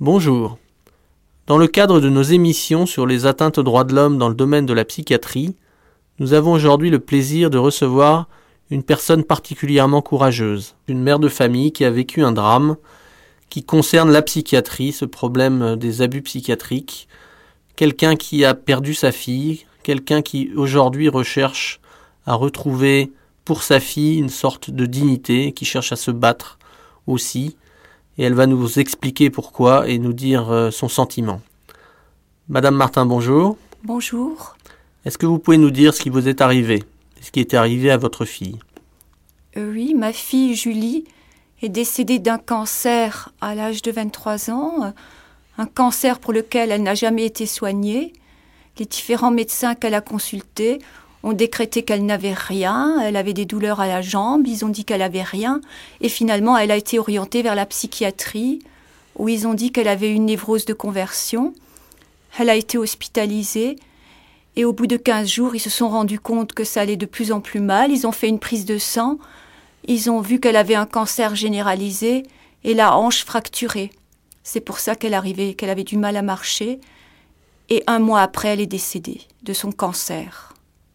Bonjour. Dans le cadre de nos émissions sur les atteintes aux droits de l'homme dans le domaine de la psychiatrie, nous avons aujourd'hui le plaisir de recevoir une personne particulièrement courageuse, une mère de famille qui a vécu un drame qui concerne la psychiatrie, ce problème des abus psychiatriques, quelqu'un qui a perdu sa fille, quelqu'un qui aujourd'hui recherche à retrouver pour sa fille une sorte de dignité, qui cherche à se battre aussi, et elle va nous expliquer pourquoi et nous dire son sentiment. Madame Martin, bonjour. Bonjour. Est-ce que vous pouvez nous dire ce qui vous est arrivé, ce qui est arrivé à votre fille? Oui, ma fille Julie est décédée d'un cancer à l'âge de 23 ans, un cancer pour lequel elle n'a jamais été soignée. Les différents médecins qu'elle a consultés ont décrété qu'elle n'avait rien, elle avait des douleurs à la jambe, ils ont dit qu'elle avait rien, et finalement elle a été orientée vers la psychiatrie, où ils ont dit qu'elle avait une névrose de conversion. Elle a été hospitalisée, et au bout de 15 jours, ils se sont rendus compte que ça allait de plus en plus mal, ils ont fait une prise de sang, ils ont vu qu'elle avait un cancer généralisé et la hanche fracturée. C'est pour ça qu'elle avait du mal à marcher, et 1 mois après, elle est décédée de son cancer.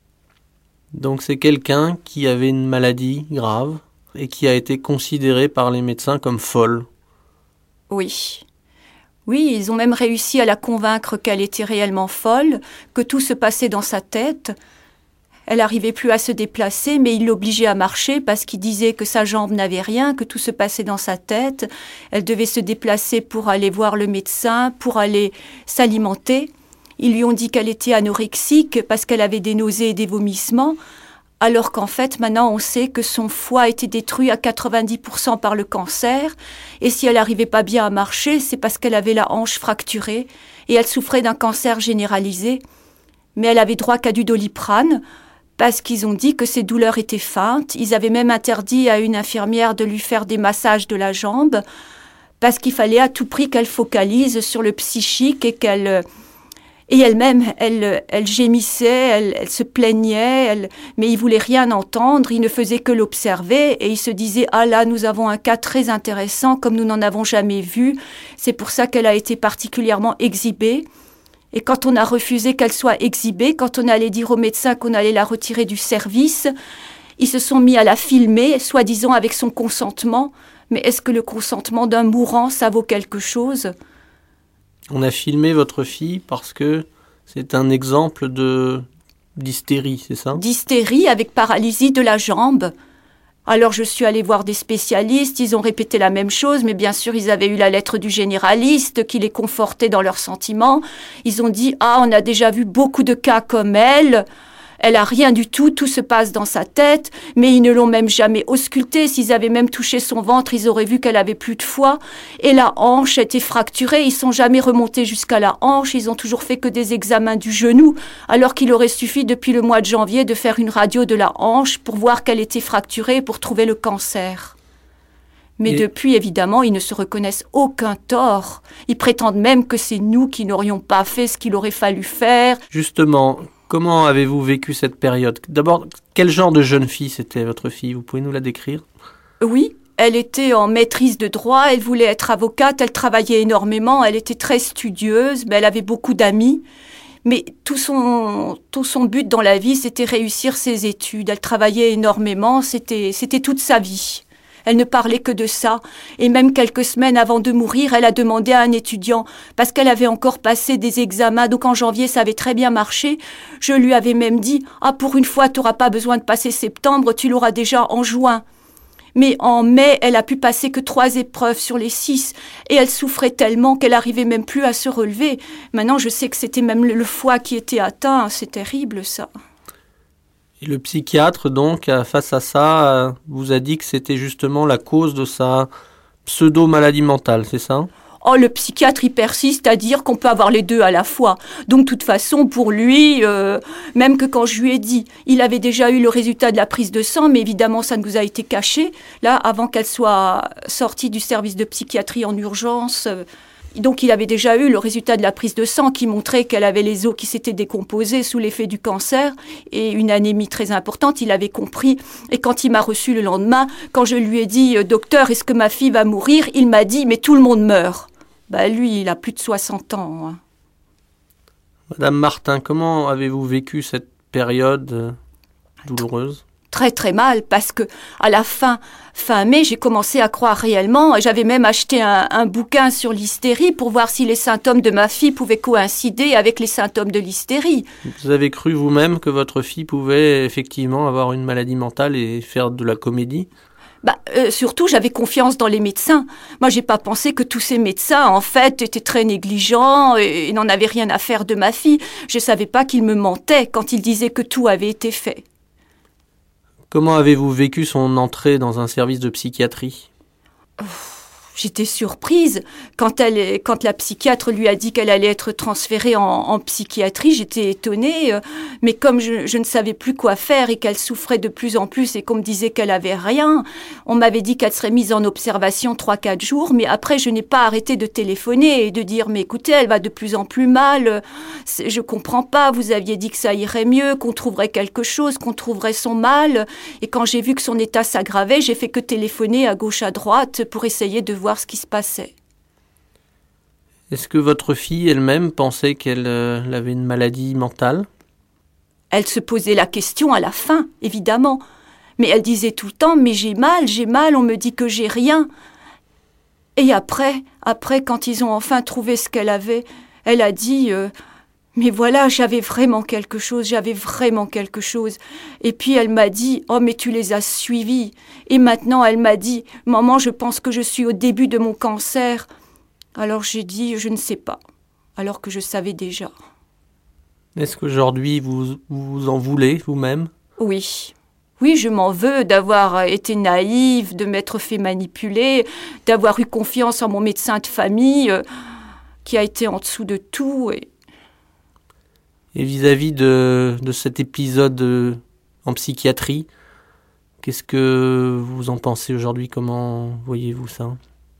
Donc c'est quelqu'un qui avait une maladie grave et qui a été considéré par les médecins comme folle. Oui. Oui, ils ont même réussi à la convaincre qu'elle était réellement folle, que tout se passait dans sa tête. Elle n'arrivait plus à se déplacer, mais ils l'obligeaient à marcher parce qu'ils disaient que sa jambe n'avait rien, que tout se passait dans sa tête. Elle devait se déplacer pour aller voir le médecin, pour aller s'alimenter. Ils lui ont dit qu'elle était anorexique parce qu'elle avait des nausées et des vomissements, alors qu'en fait, maintenant, on sait que son foie a été détruit à 90% par le cancer, et si elle n'arrivait pas bien à marcher, c'est parce qu'elle avait la hanche fracturée, et elle souffrait d'un cancer généralisé. Mais elle avait droit qu'à du Doliprane, parce qu'ils ont dit que ses douleurs étaient feintes. Ils avaient même interdit à une infirmière de lui faire des massages de la jambe, parce qu'il fallait à tout prix qu'elle focalise sur le psychique et elle-même, elle gémissait, elle se plaignait, mais il voulait rien entendre, il ne faisait que l'observer et il se disait « Ah là, nous avons un cas très intéressant comme nous n'en avons jamais vu. » C'est pour ça qu'elle a été particulièrement exhibée. Et quand on a refusé qu'elle soit exhibée, quand on allait dire au médecin qu'on allait la retirer du service, ils se sont mis à la filmer, soi-disant avec son consentement. Mais est-ce que le consentement d'un mourant, ça vaut quelque chose ? On a filmé votre fille parce que c'est un exemple d'hystérie, c'est ça? D'hystérie avec paralysie de la jambe. Alors je suis allée voir des spécialistes, ils ont répété la même chose, mais bien sûr ils avaient eu la lettre du généraliste qui les confortait dans leurs sentiments. Ils ont dit « Ah, on a déjà vu beaucoup de cas comme elle a rien du tout, tout se passe dans sa tête, mais ils ne l'ont même jamais auscultée. S'ils avaient même touché son ventre, ils auraient vu qu'elle avait plus de foie. Et la hanche était fracturée, ils sont jamais remontés jusqu'à la hanche, ils ont toujours fait que des examens du genou, alors qu'il aurait suffi depuis le mois de janvier de faire une radio de la hanche pour voir qu'elle était fracturée pour trouver le cancer. Mais depuis, évidemment, ils ne se reconnaissent aucun tort. Ils prétendent même que c'est nous qui n'aurions pas fait ce qu'il aurait fallu faire. Justement, comment avez-vous vécu cette période? D'abord, quel genre de jeune fille c'était votre fille? Vous pouvez nous la décrire? Oui, elle était en maîtrise de droit, elle voulait être avocate, elle travaillait énormément, elle était très studieuse, mais elle avait beaucoup d'amis. Mais tout son but dans la vie, c'était réussir ses études. Elle travaillait énormément, c'était toute sa vie. Elle ne parlait que de ça. Et même quelques semaines avant de mourir, elle a demandé à un étudiant, parce qu'elle avait encore passé des examens, donc en janvier, ça avait très bien marché. Je lui avais même dit « Ah, pour une fois, tu n'auras pas besoin de passer septembre, tu l'auras déjà en juin. » Mais en mai, elle a pu passer que 3 épreuves sur les 6. Et elle souffrait tellement qu'elle n'arrivait même plus à se relever. Maintenant, je sais que c'était même le foie qui était atteint. C'est terrible, ça. Et le psychiatre, donc, face à ça, vous a dit que c'était justement la cause de sa pseudo-maladie mentale, c'est ça? Oh, le psychiatre, il persiste à dire qu'on peut avoir les deux à la fois. Donc, de toute façon, pour lui, même que quand je lui ai dit, il avait déjà eu le résultat de la prise de sang, mais évidemment, ça nous a été caché. Là, avant qu'elle soit sortie du service de psychiatrie en urgence, donc il avait déjà eu le résultat de la prise de sang qui montrait qu'elle avait les os qui s'étaient décomposés sous l'effet du cancer et une anémie très importante, il avait compris. Et quand il m'a reçu le lendemain, quand je lui ai dit « Docteur, est-ce que ma fille va mourir ?» Il m'a dit « Mais tout le monde meurt ». Lui, il a plus de 60 ans. Hein. Madame Martin, comment avez-vous vécu cette période douloureuse ? Très très mal, parce que à la fin mai, j'ai commencé à croire réellement. J'avais même acheté un bouquin sur l'hystérie pour voir si les symptômes de ma fille pouvaient coïncider avec les symptômes de l'hystérie. Vous avez cru vous-même que votre fille pouvait effectivement avoir une maladie mentale et faire de la comédie ? Surtout, j'avais confiance dans les médecins. Moi, j'ai pas pensé que tous ces médecins, en fait, étaient très négligents et n'en avaient rien à faire de ma fille. Je savais pas qu'ils me mentaient quand ils disaient que tout avait été fait. Comment avez-vous vécu son entrée dans un service de psychiatrie ? J'étais surprise quand la psychiatre lui a dit qu'elle allait être transférée en psychiatrie. J'étais étonnée, mais comme je ne savais plus quoi faire et qu'elle souffrait de plus en plus et qu'on me disait qu'elle avait rien, on m'avait dit qu'elle serait mise en observation 3-4 jours, mais après je n'ai pas arrêté de téléphoner et de dire « mais écoutez, elle va de plus en plus mal, je comprends pas, vous aviez dit que ça irait mieux, qu'on trouverait quelque chose, qu'on trouverait son mal ». Et quand j'ai vu que son état s'aggravait, j'ai fait que téléphoner à gauche à droite pour essayer de voir ce qui se passait. Est-ce que votre fille elle-même pensait qu'elle avait une maladie mentale ? Elle se posait la question à la fin, évidemment. Mais elle disait tout le temps « mais j'ai mal, on me dit que j'ai rien ». Et après, quand ils ont enfin trouvé ce qu'elle avait, elle a dit mais voilà, j'avais vraiment quelque chose. Et puis elle m'a dit, oh mais tu les as suivis. Et maintenant elle m'a dit, maman, je pense que je suis au début de mon cancer. Alors j'ai dit, je ne sais pas, alors que je savais déjà. Est-ce qu'aujourd'hui vous en voulez vous-même ? Oui, je m'en veux d'avoir été naïve, de m'être fait manipuler, d'avoir eu confiance en mon médecin de famille, qui a été en dessous de tout. Et vis-à-vis de cet épisode en psychiatrie, qu'est-ce que vous en pensez aujourd'hui ? Comment voyez-vous ça ?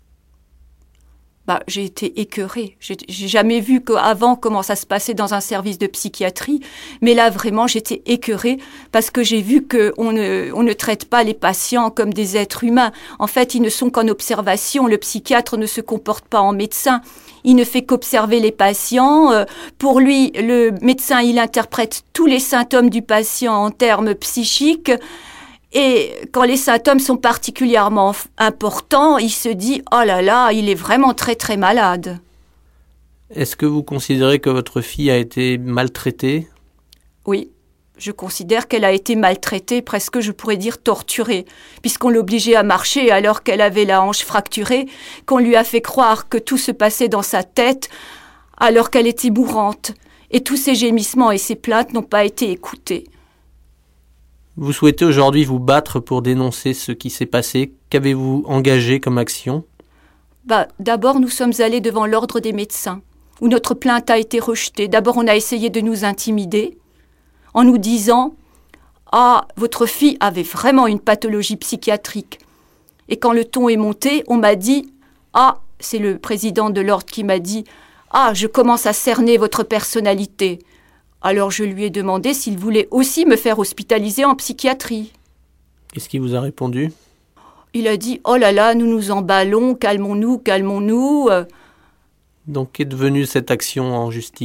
J'ai été écœurée. J'ai jamais vu avant comment ça se passait dans un service de psychiatrie. Mais là, vraiment, j'étais écœurée parce que j'ai vu qu'on ne traite pas les patients comme des êtres humains. En fait, ils ne sont qu'en observation. Le psychiatre ne se comporte pas en médecin. Il ne fait qu'observer les patients. Pour lui, le médecin, il interprète tous les symptômes du patient en termes psychiques. Et quand les symptômes sont particulièrement importants, il se dit « Oh là là, il est vraiment très très malade ». Est-ce que vous considérez que votre fille a été maltraitée ? Oui, je considère qu'elle a été maltraitée, presque je pourrais dire torturée, puisqu'on l'obligeait à marcher alors qu'elle avait la hanche fracturée, qu'on lui a fait croire que tout se passait dans sa tête alors qu'elle était mourante. Et tous ses gémissements et ses plaintes n'ont pas été écoutés. Vous souhaitez aujourd'hui vous battre pour dénoncer ce qui s'est passé. Qu'avez-vous engagé comme action ? D'abord, nous sommes allés devant l'ordre des médecins, où notre plainte a été rejetée. D'abord, on a essayé de nous intimider, en nous disant « Ah, votre fille avait vraiment une pathologie psychiatrique ». Et quand le ton est monté, on m'a dit « Ah, c'est le président de l'ordre qui m'a dit « Ah, je commence à cerner votre personnalité ». Alors je lui ai demandé s'il voulait aussi me faire hospitaliser en psychiatrie. Qu'est-ce qu'il vous a répondu ? Il a dit « Oh là là, nous nous emballons, calmons-nous ». Donc qu'est devenue cette action en justice ?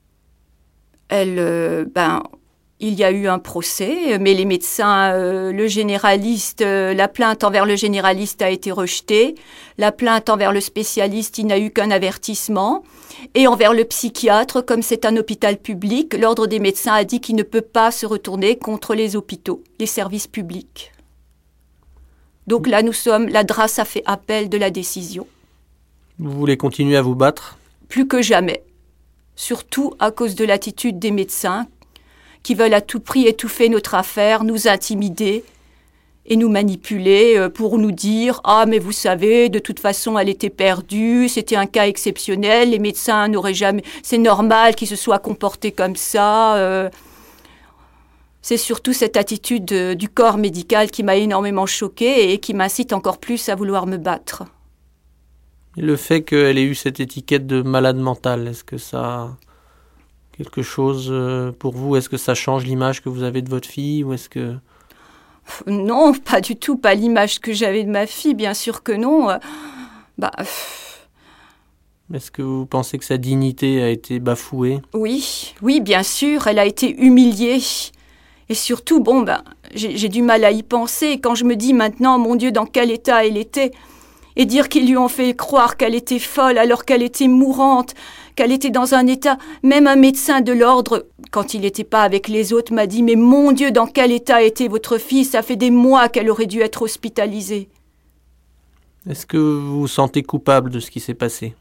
Il y a eu un procès, mais les médecins, le généraliste, la plainte envers le généraliste a été rejetée. La plainte envers le spécialiste, il n'a eu qu'un avertissement. Et envers le psychiatre, comme c'est un hôpital public, l'ordre des médecins a dit qu'il ne peut pas se retourner contre les hôpitaux, les services publics. Donc là, la DRAS a fait appel de la décision. Vous voulez continuer à vous battre ? Plus que jamais. Surtout à cause de l'attitude des médecins qui veulent à tout prix étouffer notre affaire, nous intimider et nous manipuler pour nous dire « Ah, mais vous savez, de toute façon, elle était perdue, c'était un cas exceptionnel, les médecins n'auraient jamais... C'est normal qu'ils se soient comportés comme ça. » C'est surtout cette attitude du corps médical qui m'a énormément choquée et qui m'incite encore plus à vouloir me battre. Et le fait qu'elle ait eu cette étiquette de malade mentale, est-ce que ça... quelque chose pour vous ? Est-ce que ça change l'image que vous avez de votre fille ou est-ce que... Non, pas du tout, pas l'image que j'avais de ma fille, bien sûr que non. Est-ce que vous pensez que sa dignité a été bafouée? Oui, bien sûr, elle a été humiliée. Et surtout, j'ai du mal à y penser. Quand je me dis maintenant, mon Dieu, dans quel état elle était, et dire qu'ils lui ont fait croire qu'elle était folle alors qu'elle était mourante, qu'elle était dans un état... Même un médecin de l'ordre, quand il n'était pas avec les autres, m'a dit « Mais mon Dieu, dans quel état était votre fille? Ça fait des mois qu'elle aurait dû être hospitalisée. » Est-ce que vous vous sentez coupable de ce qui s'est passé?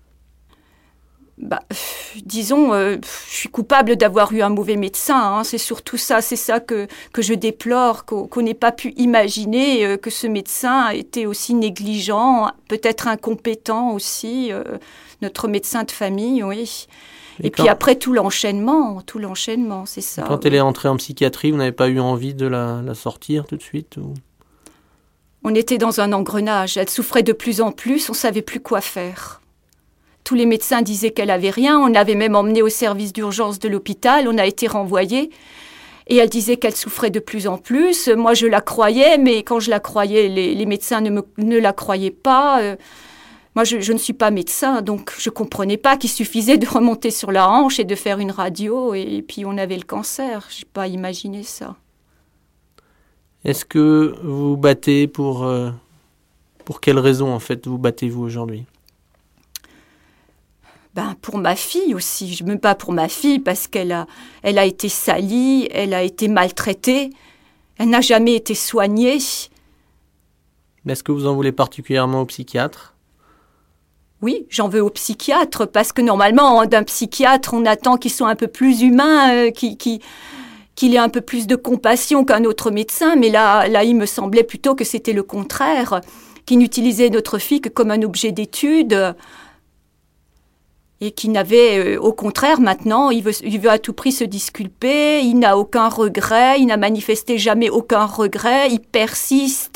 Disons, je suis coupable d'avoir eu un mauvais médecin, hein. C'est surtout ça, c'est ça que je déplore, qu'on n'ait pas pu imaginer que ce médecin était aussi négligent, peut-être incompétent aussi, notre médecin de famille, oui. Et puis après, tout l'enchaînement, c'est ça. Quand elle est entrée en psychiatrie, vous n'avez pas eu envie de la sortir tout de suite ou... On était dans un engrenage, elle souffrait de plus en plus, on ne savait plus quoi faire. Tous les médecins disaient qu'elle avait rien. On l'avait même emmenée au service d'urgence de l'hôpital. On a été renvoyés. Et elle disait qu'elle souffrait de plus en plus. Moi, je la croyais, mais quand je la croyais, les médecins ne la croyaient pas. Moi, je ne suis pas médecin, donc je ne comprenais pas qu'il suffisait de remonter sur la hanche et de faire une radio. Et puis, on avait le cancer. Je n'ai pas imaginé ça. Est-ce que vous vous battez pour quelles raisons, en fait, vous battez-vous aujourd'hui? Pour ma fille aussi. Je me bats pour ma fille parce qu'elle a été salie, elle a été maltraitée, elle n'a jamais été soignée. Est-ce que vous en voulez particulièrement au psychiatre? Oui, j'en veux au psychiatre parce que normalement, d'un psychiatre, on attend qu'il soit un peu plus humain, qu'il ait un peu plus de compassion qu'un autre médecin. Mais là, il me semblait plutôt que c'était le contraire, qu'il n'utilisait notre fille que comme un objet d'étude. Et qui n'avait, au contraire, maintenant, il veut à tout prix se disculper, il n'a aucun regret, il n'a manifesté jamais aucun regret, il persiste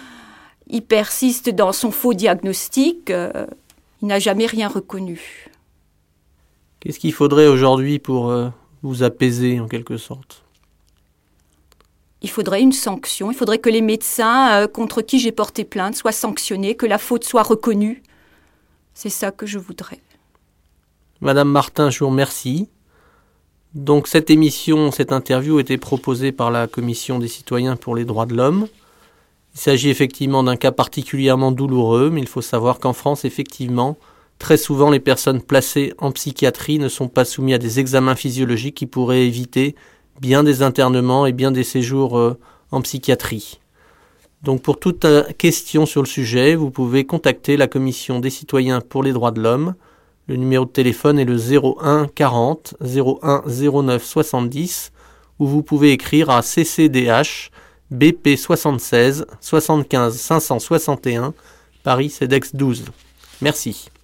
dans son faux diagnostic, il n'a jamais rien reconnu. Qu'est-ce qu'il faudrait aujourd'hui pour vous apaiser, en quelque sorte? Il faudrait une sanction, il faudrait que les médecins contre qui j'ai porté plainte soient sanctionnés, que la faute soit reconnue. C'est ça que je voudrais. Madame Martin, je vous remercie. Donc cette interview a été proposée par la Commission des citoyens pour les droits de l'homme. Il s'agit effectivement d'un cas particulièrement douloureux, mais il faut savoir qu'en France, effectivement, très souvent les personnes placées en psychiatrie ne sont pas soumises à des examens physiologiques qui pourraient éviter bien des internements et bien des séjours en psychiatrie. Donc pour toute question sur le sujet, vous pouvez contacter la Commission des citoyens pour les droits de l'homme. Le numéro de téléphone est le 01 40 01 09 70 ou vous pouvez écrire à CCDH BP 76 75 561 Paris CEDEX 12. Merci.